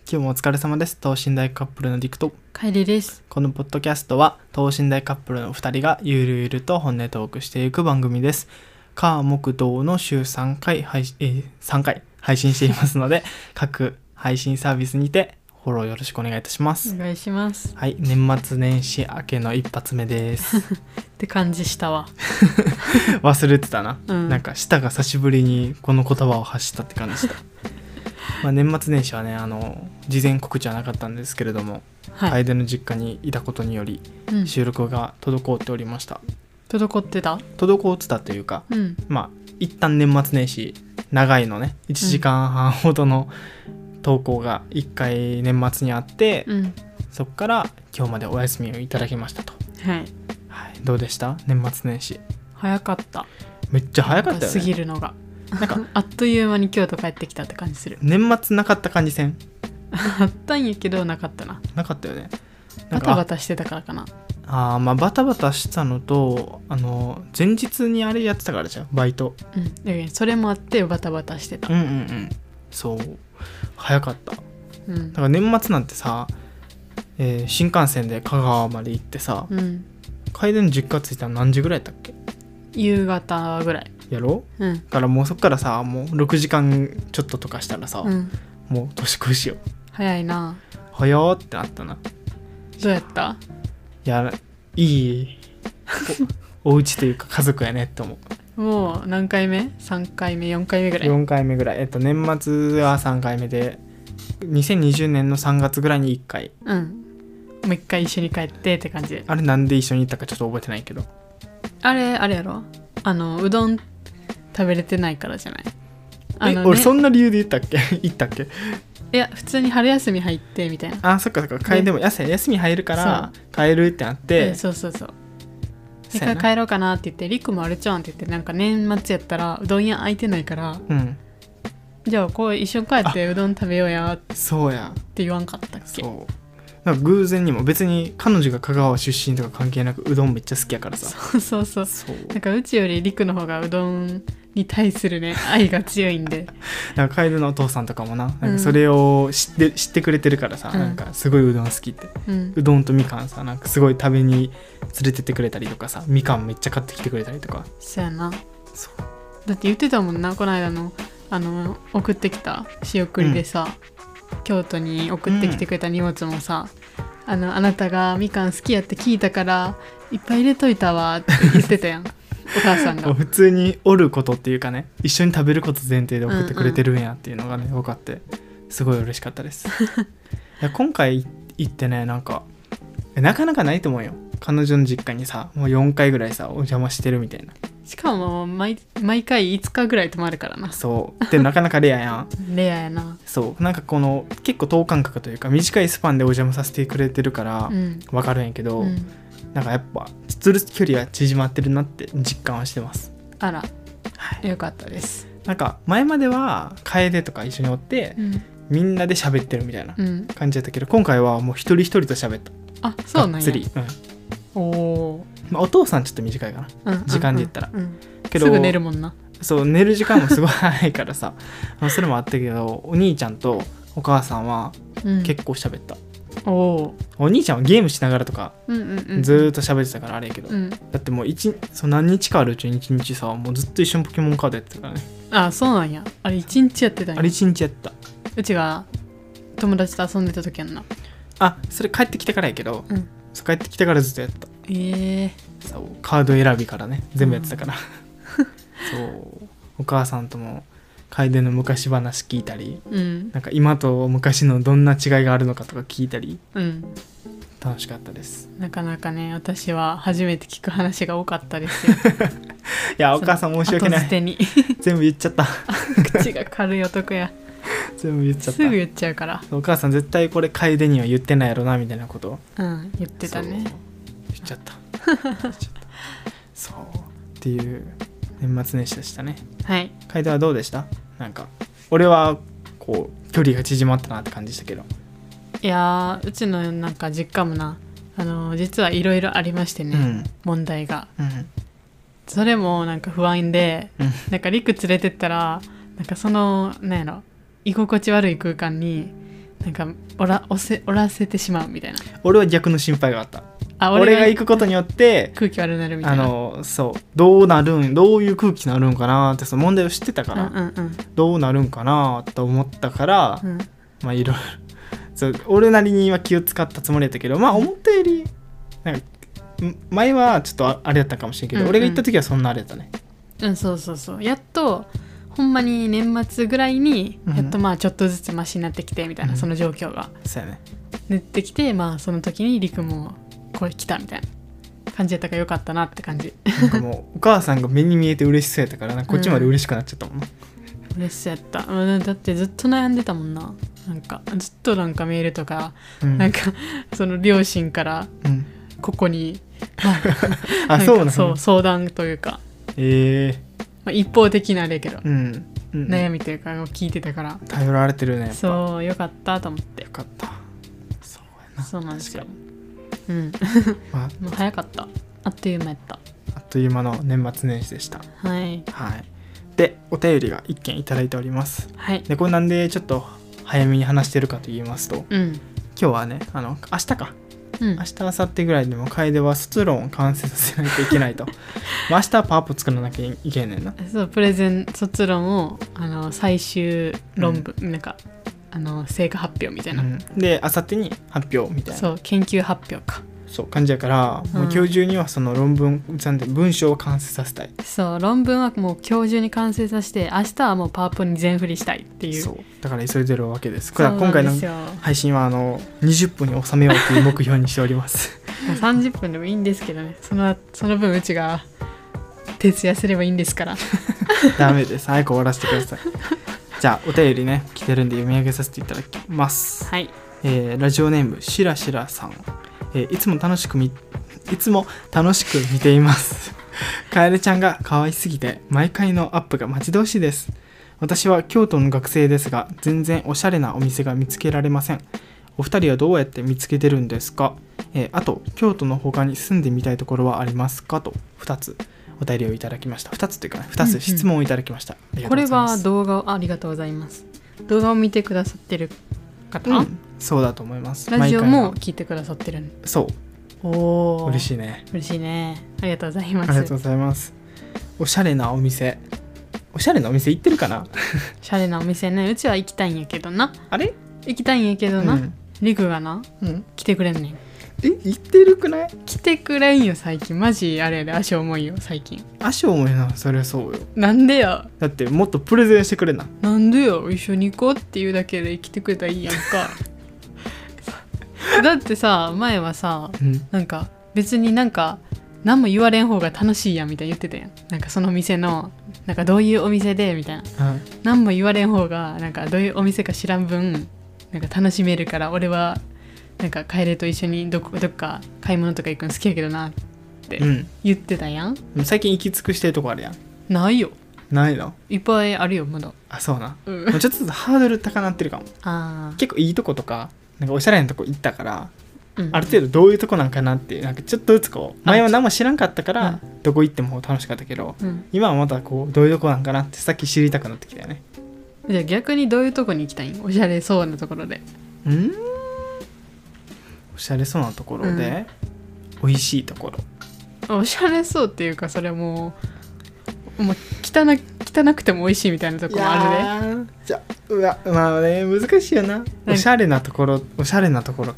今日もお疲れ様です。等身大カップルのリクとカイリです。 このポッドキャストは等身大カップルの2人がゆるゆると本音トークしていく番組です。火木土の週3回3回配信していますので各配信サービスにてフォローよろしくお願いいたします。 お願いします。 はい、年末年始明けの一発目ですって感じしたわ忘れてたな、 なんか舌が久しぶりにこの言葉を発したって感じした年末年始はね事前告知はなかったんですけれども、楓の実家にいたことにより、収録が滞っておりました。 滞ってたというか、一旦年末年始長いのね1時間半ほどの投稿が1回年末にあって、そこから今日までお休みをいただきましたと。はい、どうでした年末年始？ 早かった。 めっちゃ早かったよね。 過ぎるのがなんかあっという間に京都帰ってきたって感じする。 年末なかった感じせん？ あったんやけどなかったな。 なかったよね。 バタバタしてたからかな。 バタバタしたのと前日にあれやってたからじゃん、バイト。 それもあってバタバタしてた。 そう早かった。だから年末なんてさ、新幹線で香川まで行ってさ、楓の実家着いたの何時ぐらいだったっけ？ 夕方ぐらいやろ？だからもうそっからさもう6時間ちょっととかしたらさ、もう年越しよ。 早いな。 早ーってなったな。 どうやった？ いいお家というか家族やねって思う。 もう何回目 ?3 回目4回目ぐらい。 4回目ぐらい。年末は3回目で2020年の3月ぐらいに1回。 もう1回一緒に帰ってって感じで。 あれなんで一緒に行ったかちょっと覚えてないけど、 あれやろ、うどん食べれてないからじゃない？ 俺そんな理由で行ったっけいや普通に春休み入ってみたいな。 そっかでも休み入るから帰るってなって、 そう一回帰ろうかなって言って、リクもあれちゃうんって言って、なんか年末やったらうどん屋空いてないから、じゃあこう一緒に帰ってうどん食べようやって言わんかったっけ？ そうなんか偶然にも別に彼女が香川出身とか関係なくうどんめっちゃ好きやからさ。 そうなんかうちよりリクの方がうどんに対するね愛が強いんでなんか楓のお父さんとかもなんかそれを知ってくれてるからさ、なんかすごいうどん好きって、うどんとみかんさなんかすごい食べに連れてってくれたりとかさ、みかんめっちゃ買ってきてくれたりとか。 そうやな。だって言ってたもんな、この間の送ってきた仕送りでさ、京都に送ってきてくれた荷物もさ、あなたがみかん好きやって聞いたからいっぱい入れといたわって言ってたやんお母さんが。 普通におることっていうかね、一緒に食べること前提で送ってくれてるんやっていうのがね分かってすごい嬉しかったですいや今回行ってね、なんかなかなかないと思うよ、彼女の実家にさもう4回ぐらいさお邪魔してるみたいな。 しかも毎回5日ぐらい泊まるからな。 そうでなかなかレアやんレアやな。 そうなんかこの結構等間隔というか短いスパンでお邪魔させてくれてるから分かるんやけど、なんかやっぱつる距離は縮まってるなって実感はしてます。 あら、よかったです。 なんか前までは楓とか一緒におって、みんなで喋ってるみたいな感じだったけど、今回はもう一人一人と喋った。 そうなんや。 がっつり、お父さんちょっと短いかな、時間で言ったら、けどすぐ寝るもんな。 そう寝る時間もすごい早いからさそれもあったけど、お兄ちゃんとお母さんは結構喋った。お兄ちゃんはゲームしながらとかずーっと喋ってたからあれやけど、だってもう何日かあるうちに1日さもうずっと一緒にポケモンカードやってたからね。 そうなんや。あれ1日やってたんや。 あれ1日やった。 うちが友達と遊んでた時やんな。 それ帰ってきてからやけど、帰ってきてからずっとやった。そうカード選びからね全部やってたから、そうお母さんとも楓の昔話聞いたり、なんか今と昔のどんな違いがあるのかとか聞いたり、楽しかったです。 なかなかね私は初めて聞く話が多かったですよいやお母さん申し訳ない。 後捨てに全部言っちゃった口が軽い男や全部言っちゃった。 すぐ言っちゃうから。 お母さん絶対これ楓には言ってないやろなみたいなこと言ってたね。 言っちゃったそうっていう年末年始でしたね。楓はどうでした？なんか俺はこう距離が縮まったなって感じしたけど。 いやうちのなんか実家もな実はいろいろありましてね、問題が、それもなんか不安で、なんかリク連れてったらなんかそのなんやろ居心地悪い空間になんかおらせてしまうみたいな。 俺は逆の心配があった。 あ、 俺が行くことによって空気悪くなるみたいな。 そうどういう空気になるんかなってその問題を知ってたから、どうなるんかなと思ったから、まあいろいろそう俺なりには気を使ったつもりだったけど、まあ思ったよりなんか前はちょっとあれだったかもしれんけど、俺が行った時はそんなあれだったね。 そうやっとほんまに年末ぐらいにやっとまあちょっとずつマシになってきてみたいな、その状況がそうやね。 塗ってきて、まあその時にリクもこれ来たみたいな感じやったからよかったなって感じ。 なんかもうお母さんが目に見えて嬉しそうやったからな、こっちまで嬉しくなっちゃったもんな。 嬉しそうやった。だってずっと悩んでたもんな。なんかずっとなんかメールとか、なんかその両親からここに、そう相談というか、まあ、一方的なあれやけど、悩みというか聞いてたから頼られてるね。やっぱそうよかったと思って。 よかった。そうやな。 そうなんですよ。 まあ、 もう早かった。あっという間やった。 あっという間の年末年始でした。 はい。 でお便りが1件いただいております。でこれなんでちょっと早めに話してるかと言いますと、今日はね明日か。明日明後日ぐらいでも楓は卒論を完成させないといけないとまあ明日はパワーポ作らなきゃいけんねんな。 そうプレゼン卒論を最終論文、なんか成果発表みたいな、 で明後日に発表みたいな、 そう研究発表か、 そう感じやから、もう今日中にはその論文文章を完成させたい。 そう論文はもう今日中に完成させて明日はもうパワポに全振りしたいっていう。 そうだから急いでるわけです。今回の配信は20分に収めようという目標にしております 30分でもいいんですけどね、その分うちが徹夜すればいいんですからダメです、早く終わらせてくださいじゃあお便りね来てるんで読み上げさせていただきます。 はい。 ラジオネームしらしらさん、いつも楽しく見ています楓ちゃんが可愛すぎて毎回のアップが待ち遠しいです。私は京都の学生ですが全然おしゃれなお店が見つけられません。お二人はどうやって見つけてるんですか？あと京都の他に住んでみたいところはありますか？と2つお便りをいただきました。2つというか、ね、2つ質問をいただきました。 これは動画をありがとうございます。動画を見てくださってる方、 そうだと思います。 ラジオも聞いてくださってる。 そう。おー、嬉しいね。 嬉しいね。ありがとうございます。 ありがとうございます。おしゃれなお店行ってるかな？ おしゃれなお店ね、うちは行きたいんやけどな。 あれ？ 行きたいんやけどな。リクがな、来てくれんねん。 行ってるくない？ 来てくれんよ最近。マジあれで足重いよ最近。 足重いな。それそうよ。 なんでよ。 だってもっとプレゼンしてくれな。 なんでよ。一緒に行こうっていうだけで来てくれたらいいやんかだってさ前はさ、なんか別になんか何も言われん方が楽しいやんみたいに言ってたやん。なんかその店のなんかどういうお店でみたいな、何も言われん方がなんかどういうお店か知らん分なんか楽しめるから、俺はなんか楓と一緒にどっか買い物とか行くの好きやけどなって言ってたやん。 最近行き尽くしてるとこあるやん。 ないよ。 ないの？ いっぱいあるよまだ。 あ、そうな、もうちょっとずつハードル高なってるかも。結構いいとことかなんかおしゃれなとこ行ったから、ある程度どういうとこなんかなってなんかちょっとずつこう前は何も知らんかったから、どこ行っても楽しかったけど、今はまたこうどういうとこなんかなってさっき知りたくなってきたよね。 じゃあ逆にどういうとこに行きたいん？おしゃれそうなところで。 おしゃれそうなところで、美味しいところ。おしゃれそうっていうかそれもう汚くても美味しいみたいなところもあるね。 じゃまあね難しいよな。おしゃれなところか。おしゃれなところ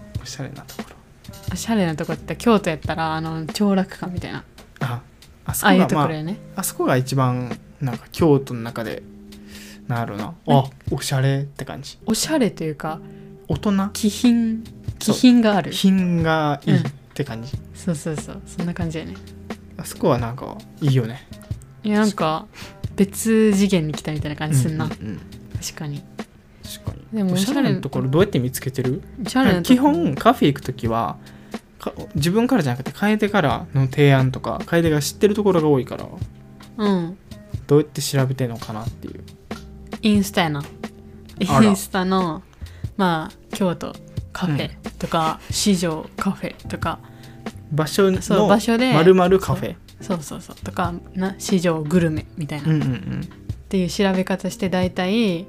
って京都やったら長楽館みたいなあそこが、 ああいうところやね。 あそこが一番なんか京都の中でなるな。おしゃれって感じ。 おしゃれというか大人、 気品がある。 品がいいって感じ、 そうそんな感じやね。 あそこはなんかいいよね。 いやなんか別次元に来たみたいな感じすんな、確かに。 でもおしゃれなところどうやって見つけてる？基本カフェ行くときは自分からじゃなくて楓からの提案とか楓が知ってるところが多いから、どうやって調べてんのかなっていう。 インスタやな。インスタのまあ京都カフェとか、市場カフェとか場所で丸々カフェそうとか市場グルメみたいな、っていう調べ方して大体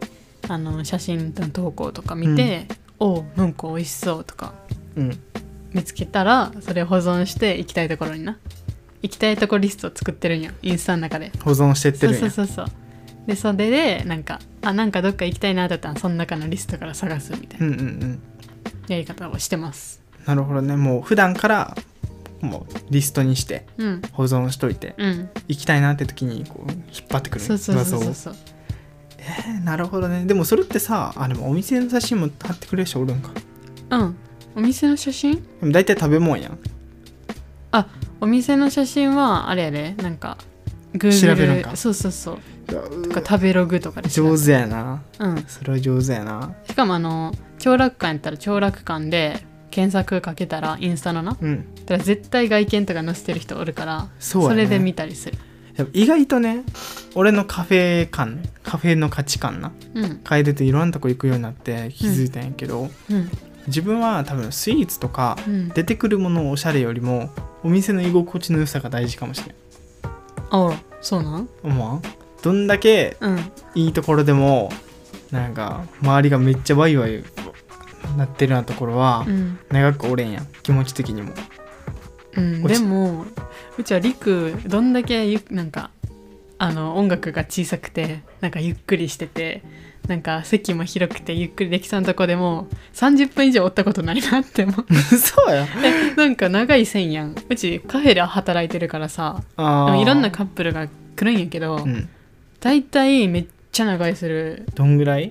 写真の投稿とか見て、おなんか美味しそうとか見つけたらそれを保存して行きたいところにな行きたいところリストを作ってるんよインスタの中で保存してってるんや。 そうでそれでなんかどっか行きたいなだったらその中のリストから探すみたいなやり方をしてます。 なるほどね。もう普段からもうリストにして保存しといて、行きたいなって時にこう引っ張ってくる。 そうなるほどね。でもそれってさでもお店の写真も貼ってくれる人おるんか。 お店の写真でも大体食べ物やん。 お店の写真はあれやでなんか Google 調べるんか。 そうとか食べログとかで上手やな。それは上手やな。 しかも長楽館やったら長楽館で検索かけたらインスタのな、だから絶対外見とか載せてる人おるから、それで見たりする。 意外とね俺のカフェの価値観な、変えてていろんなとこ行くようになって気づいたんやけど、自分は多分スイーツとか、出てくるものおしゃれよりもお店の居心地の良さが大事かもしれない。 そうなん思わん？どんだけいいところでもなんか周りがめっちゃワイワイなってるようなところは、長くおれんやん気持ち的にも。 でもうちはリクどんだけなんか音楽が小さくてなんかゆっくりしててなんか席も広くてゆっくりできそうなとこでも30分以上おったことないなって思う。 そうやなんか長い線やん。うちカフェで働いてるからさ、でもいろんなカップルが来るんやけど、だいたいめっちゃ長いする。 どんぐらい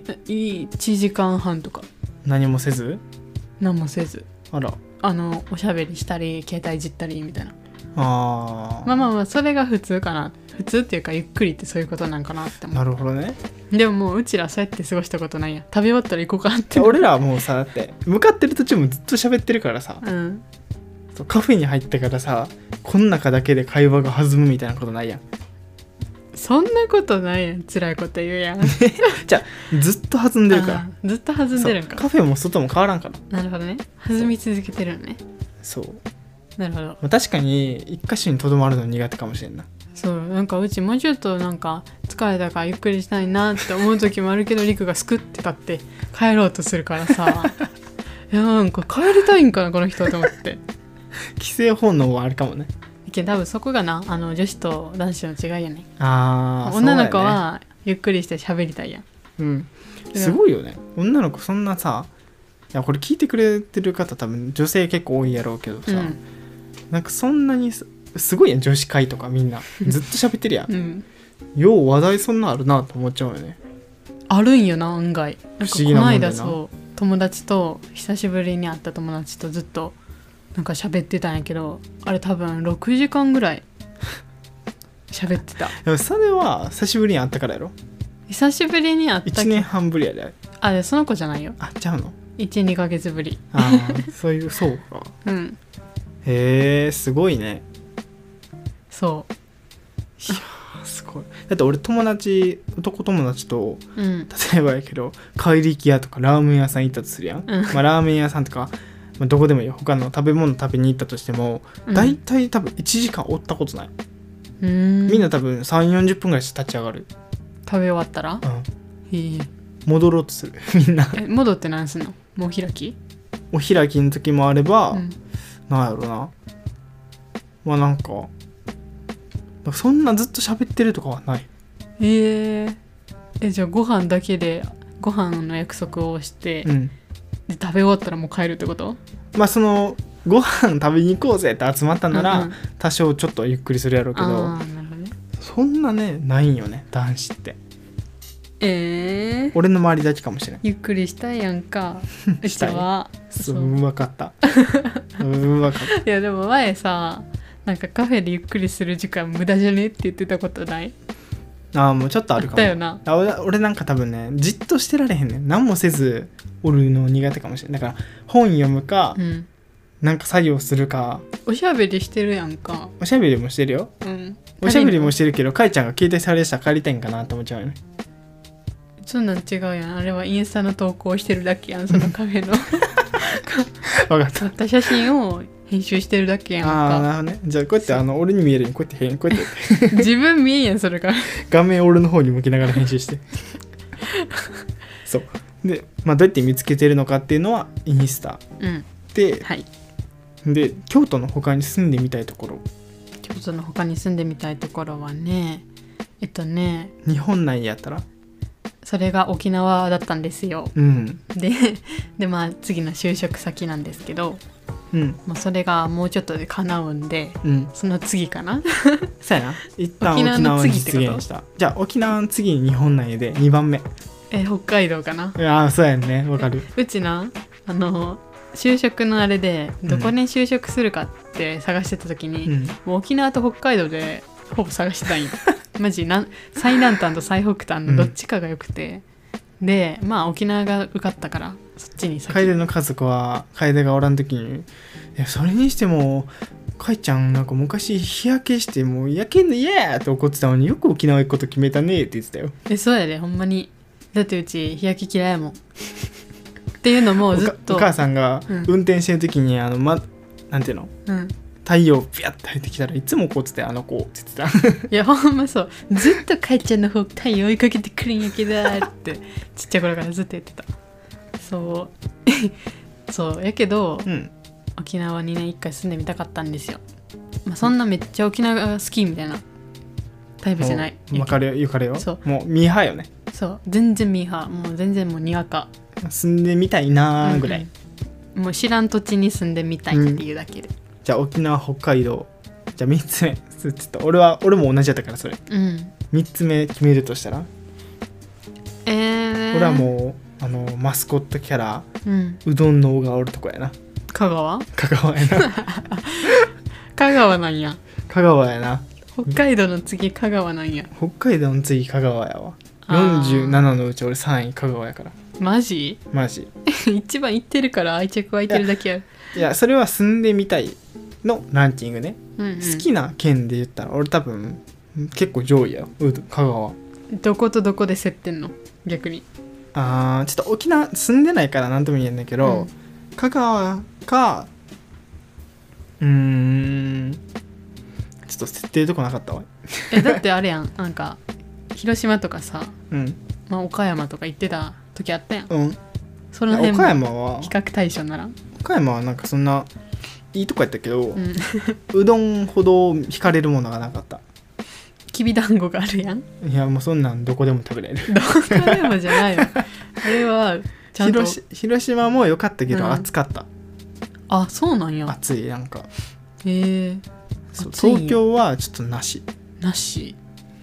？1時間半とか。 何もせずあらおしゃべりしたり携帯いじったりみたいな。まあそれが普通かな。普通っていうかゆっくりってそういうことなんかなって思う。 なるほどね。 でももううちらそうやって過ごしたことないやん。食べ終わったら行こうかって。 俺らはもうさだって向かってる途中もずっと喋ってるからさ、カフェに入ってからさこの中だけで会話が弾むみたいなことないやん。 そんなことないやん。辛いこと言うやん。 じゃあずっと弾んでるからずっと弾んでるんか。 カフェも外も変わらんから。 なるほどね。弾み続けてるのね。 そうなるほど。 確かに一箇所にとどまるの苦手かもしれんな。 そうなんかうちもうちょっとなんか疲れたからゆっくりしたいなって思う時もあるけどリクがスクって立って帰ろうとするからさいやなんか帰りたいんかなこの人と思って規制本能はあるかもね。 多分そこがな女子と男子の違いやね。 女の子はゆっくりして喋りたいやん。 すごいよね。女の子そんなさいやこれ聞いてくれてる方多分女性結構多いやろうけどさ、なんかそんなにすごいやん女子会とかみんなずっと喋ってるやん、よう話題そんなあるなと思っちゃうよね。 あるんよな案外。なんかこの間不思議なもんだな。 友達と久しぶりに会った友達とずっとなんか喋ってたんやけどあれ多分6時間ぐらい喋ってた。 でもそれは久しぶりに会ったからやろ。 久しぶりに会った 1年半ぶりやで。 でその子じゃないよ。 ちゃうの 1,2 ヶ月ぶり。 そうか。へえすごいね。 そういやすごい。だって俺男友達と、例えばやけど怪力屋とかラーメン屋さん行ったとするやん、ラーメン屋さんとか、どこでもいいよ他の食べ物食べに行ったとしても、だいたい多分1時間おったことない。みんな多分 3,40 分ぐらいして立ち上がる。 食べ終わったら、 戻ろうとするみんな。 戻って何すんの？もう開き？ お開きの時もあれば、なんやろな、なんかそんなずっと喋ってるとかはない。 じゃあご飯だけでご飯の約束をして、で食べ終わったらもう帰るってこと？ そのご飯食べに行こうぜって集まったなら、多少ちょっとゆっくりするやろうけど、 なるほどね。 そんなねないんよね男子って。俺の周りだけかもしれん。 ゆっくりしたいやんか。うちは分かった分かった。 いやでも前さなんかカフェでゆっくりする時間無駄じゃねって言ってたことない？ もうちょっとあるかも。 だよな。 俺なんか多分ねじっとしてられへんねん。何もせずおるの苦手かもしれん。だから本読むか、なんか作業するか。 おしゃべりしてるやんか。 おしゃべりもしてるよ、おしゃべりもしてるけどかいちゃんが携帯されしたら帰りたいんかなって思っちゃうよね。 そんなん違うやん。あれはインスタの投稿してるだけやん。そのカフェの分かった。 撮った写真を編集してるだけやんか。 なるほどね。じゃあこうやって俺に見えるようにこうやって自分見えんやんそれから画面俺の方に向きながら編集してそうで、まあ、どうやって見つけてるのかっていうのはインスタ、 うん、 で、 はい、 で京都の他に住んでみたいところ、 京都の他に住んでみたいところはね、 日本内やったらそれが沖縄だったんですよ、 うん、 でまあ次の就職先なんですけど、 うんまあ、それがもうちょっとで叶うんで、 うん、 その次かなそうやな、一旦沖縄に実現した。じゃあ沖縄の次に日本内で2番目北海道かな。 ああそうやんね、わかる。 うちな就職のあれでどこに就職するかって探してた時に、 うん、 もう沖縄と北海道でほぼ探してたんよマジ最南端と最北端のどっちかがよくて、うん、でまあ沖縄が受かったからそっちに先。 楓の家族は楓がおらん時に、いやそれにしてもかいちゃんなんか昔日焼けしてもう焼けんの嫌やって怒ってたのによく沖縄行くこと決めたねって言ってたよ。 そうやで、ほんまに。だってうち日焼け嫌いやもんっていうのもずっとお母さんが運転してる時になんていうの、 うん、 太陽ピャッて入ってきたらいつも怒ってたよ、あの子って言ってたいやほんまそう、ずっとかいちゃんの方太陽追いかけてくるんやけどってちっちゃい頃からずっと言ってた。そうやけど、うん、沖縄にね1回住んでみたかったんですよ。まあ、そんなめっちゃ沖縄が好きみたいなタイプじゃない。 分かるよ、ゆかるよ。 そう、 もうミーハーよね。 そう全然ミーハー、もう全然もうにわか、 住んでみたいなぐらい、うんうん、もう知らん土地に住んでみたいっていうだけで、 じゃあ沖縄北海道、じゃあ3つ目俺も同じやったからそれ、 うん、 3つ目決めるとしたら、俺はもうマスコットキャラ、うん、うどんの王がおるとこやな。 香川やな香川なんや。 香川やな。 北海道の次香川なんや。 北海道の次香川やわ。47のうち俺3位香川やから。 マジ一番行ってるから愛着湧いてるだけやる。 いやそれは住んでみたいのランキングね、うんうん、好きな県で言ったら俺多分結構上位やよ、香川。 どことどこで競ってんの逆に。 ちょっと沖縄住んでないから何とも言えんだけど、うん、香川かちょっと設定とこなかったわだってあれやん、なんか広島とかさ、 うんまあ、岡山とか行ってた時あったやん、 うん、 その辺岡山は比較対象なら岡山はなんかそんないいとこやったけど、うん、うどんほど惹かれるものがなかった。 きびだんごがあるやん。 いやもうそんなんどこでも食べれる。 どこでもじゃないよあれはちゃんと広島も良かったけど、暑かった。 あ、そうなんや。 暑い、なんかへえ。 東京はちょっとなしなし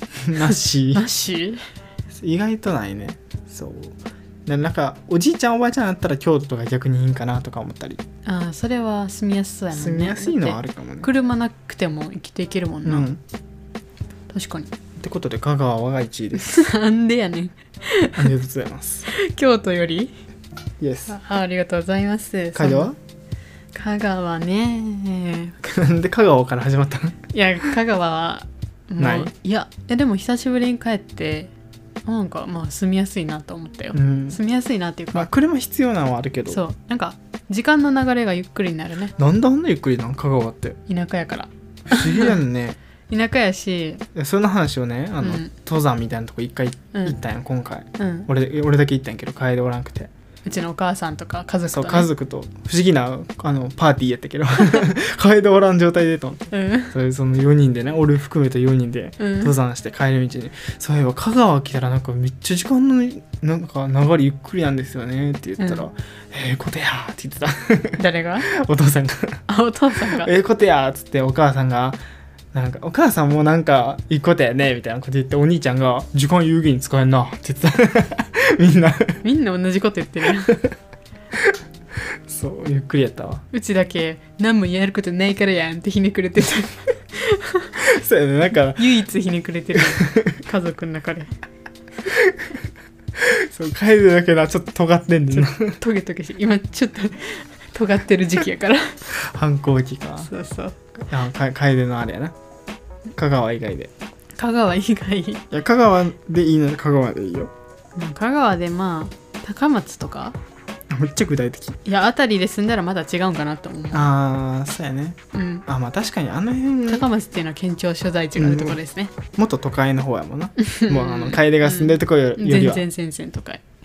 意外とないね。そうなんかおじいちゃんおばあちゃんだったら京都とか逆にいいんかなとか思ったり。 それは住みやすそうやもんね。 住みやすいのはあるかもね。 車なくても生きていけるもんな、うん、確かに。 ってことで香川は1位ですなんでやねんありがとうございます京都より Yes。 ありがとうございます。 香川ねなんで香川から始まったの。いや香川はもうない。 いやでも久しぶりに帰ってなんかまあ住みやすいなと思ったよ、うん、住みやすいなっていうか、 まあ、車必要なのはあるけど、 そうなんか時間の流れがゆっくりになるね。 なんであんなゆっくりなの香川って。 田舎やから不思議やんね田舎やし、 その話をね登山みたいなとこ一回行ったんや、今回、俺だけ行ったんやけど楓おらんくて、 うちのお母さんとか家族と、ね、 そう家族と不思議なパーティーやったけど楓おらん状態でと思って、その4人でね、俺含めて4人で登山して帰る道に、そういえば香川来たらなんかめっちゃ時間のなんか流れゆっくりなんですよねって言ったら、ことやーって言ってた誰がお父さんがお父さんがことやーっつって、お母さんがなんかお母さんもなんかいいことやねみたいなこと言って、お兄ちゃんが時間有意義に使えんなって言ってたみんな同じこと言ってるそうゆっくりやったわ。 うちだけ何もやることないからやんってひねくれてたそうやね、なんか唯一ひねくれてる家族の中でそう楓だけだちょっと尖ってんねんなトゲトゲし今ちょっと尖ってる時期やから反抗期か。 そうそう、 楓のあれやな。香川以外で。 香川以外、いや香川でいいの。香川でいいよ。 香川でまあ高松とかめっちゃ具体的。 いやあたりで住んだらまだ違うんかなと思う。 ああそうやね、 うん、 まあ確かにあの辺高松っていうのは県庁所在地があるところですね、 もっと都会の方やもんなもう楓が住んでるところよりは全然都会。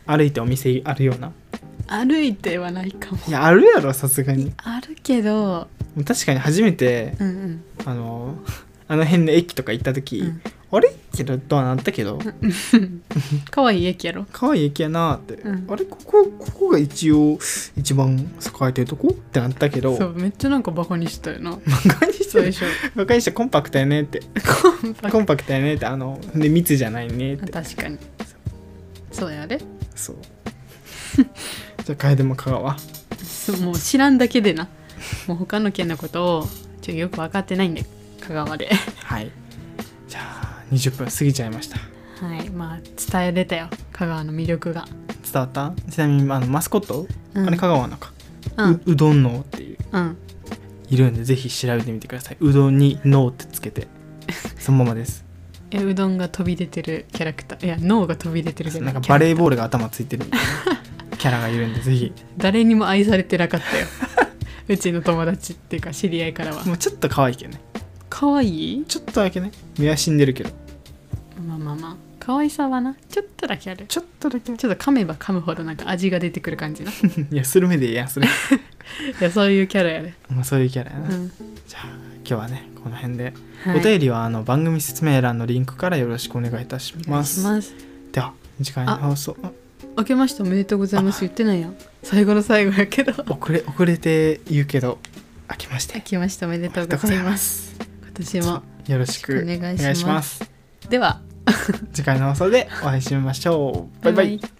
歩いてお店あるような。 歩いてはないかも。 いやあるやろさすがに。 あるけど、 確かに初めて、あの辺の駅とか行った時、あれけどとはなったけど、 かわいい駅やろ。 かわいい駅やなって、あれここが一応一番栄えてるとこってなったけど、 そうめっちゃなんかバカにしたよな。 バカにしてバカにしてコンパクトやねってコンパクトやねってで密じゃないねって。 確かにそうやで。 そうじゃあ楓も香川もう知らんだけでな、もう他の県のことをよく分かってないんで香川ではいじゃあ20分過ぎちゃいました。 はい、まあ伝えれたよ香川の魅力が。 伝わった？ちなみにマスコット、あれ香川のか、うどんのっていう、いるんでぜひ調べてみてください。うどんに脳ってつけてそのままです。 うどんが飛び出てるキャラクター、いや脳が飛び出てるキャラクター、 なんかバレーボールが頭ついてるみたいなキャラがいるんでぜひ。 誰にも愛されてなかったようちの友達っていうか知り合いからは。 もうちょっと可愛いけどね。 可愛い？ ちょっとだけね。目は死んでるけど。 まあ可愛さはなちょっとだけある。 ちょっとだけ。 ちょっと噛めば噛むほどなんか味が出てくる感じな。 いやスルメでいいやそれ。いやそういうキャラやで。 まあそういうキャラやな。じゃあ今日はねこの辺で、お便りは番組説明欄のリンクからよろしくお願いいたします。では次回の放送。 明けましておめでとうございます言ってないやん。最後の最後やけど遅れて言うけど明けましておめでとうございます。今年もよろしくお願いします。 では次回の放送でお会いしましょう。バイバイ。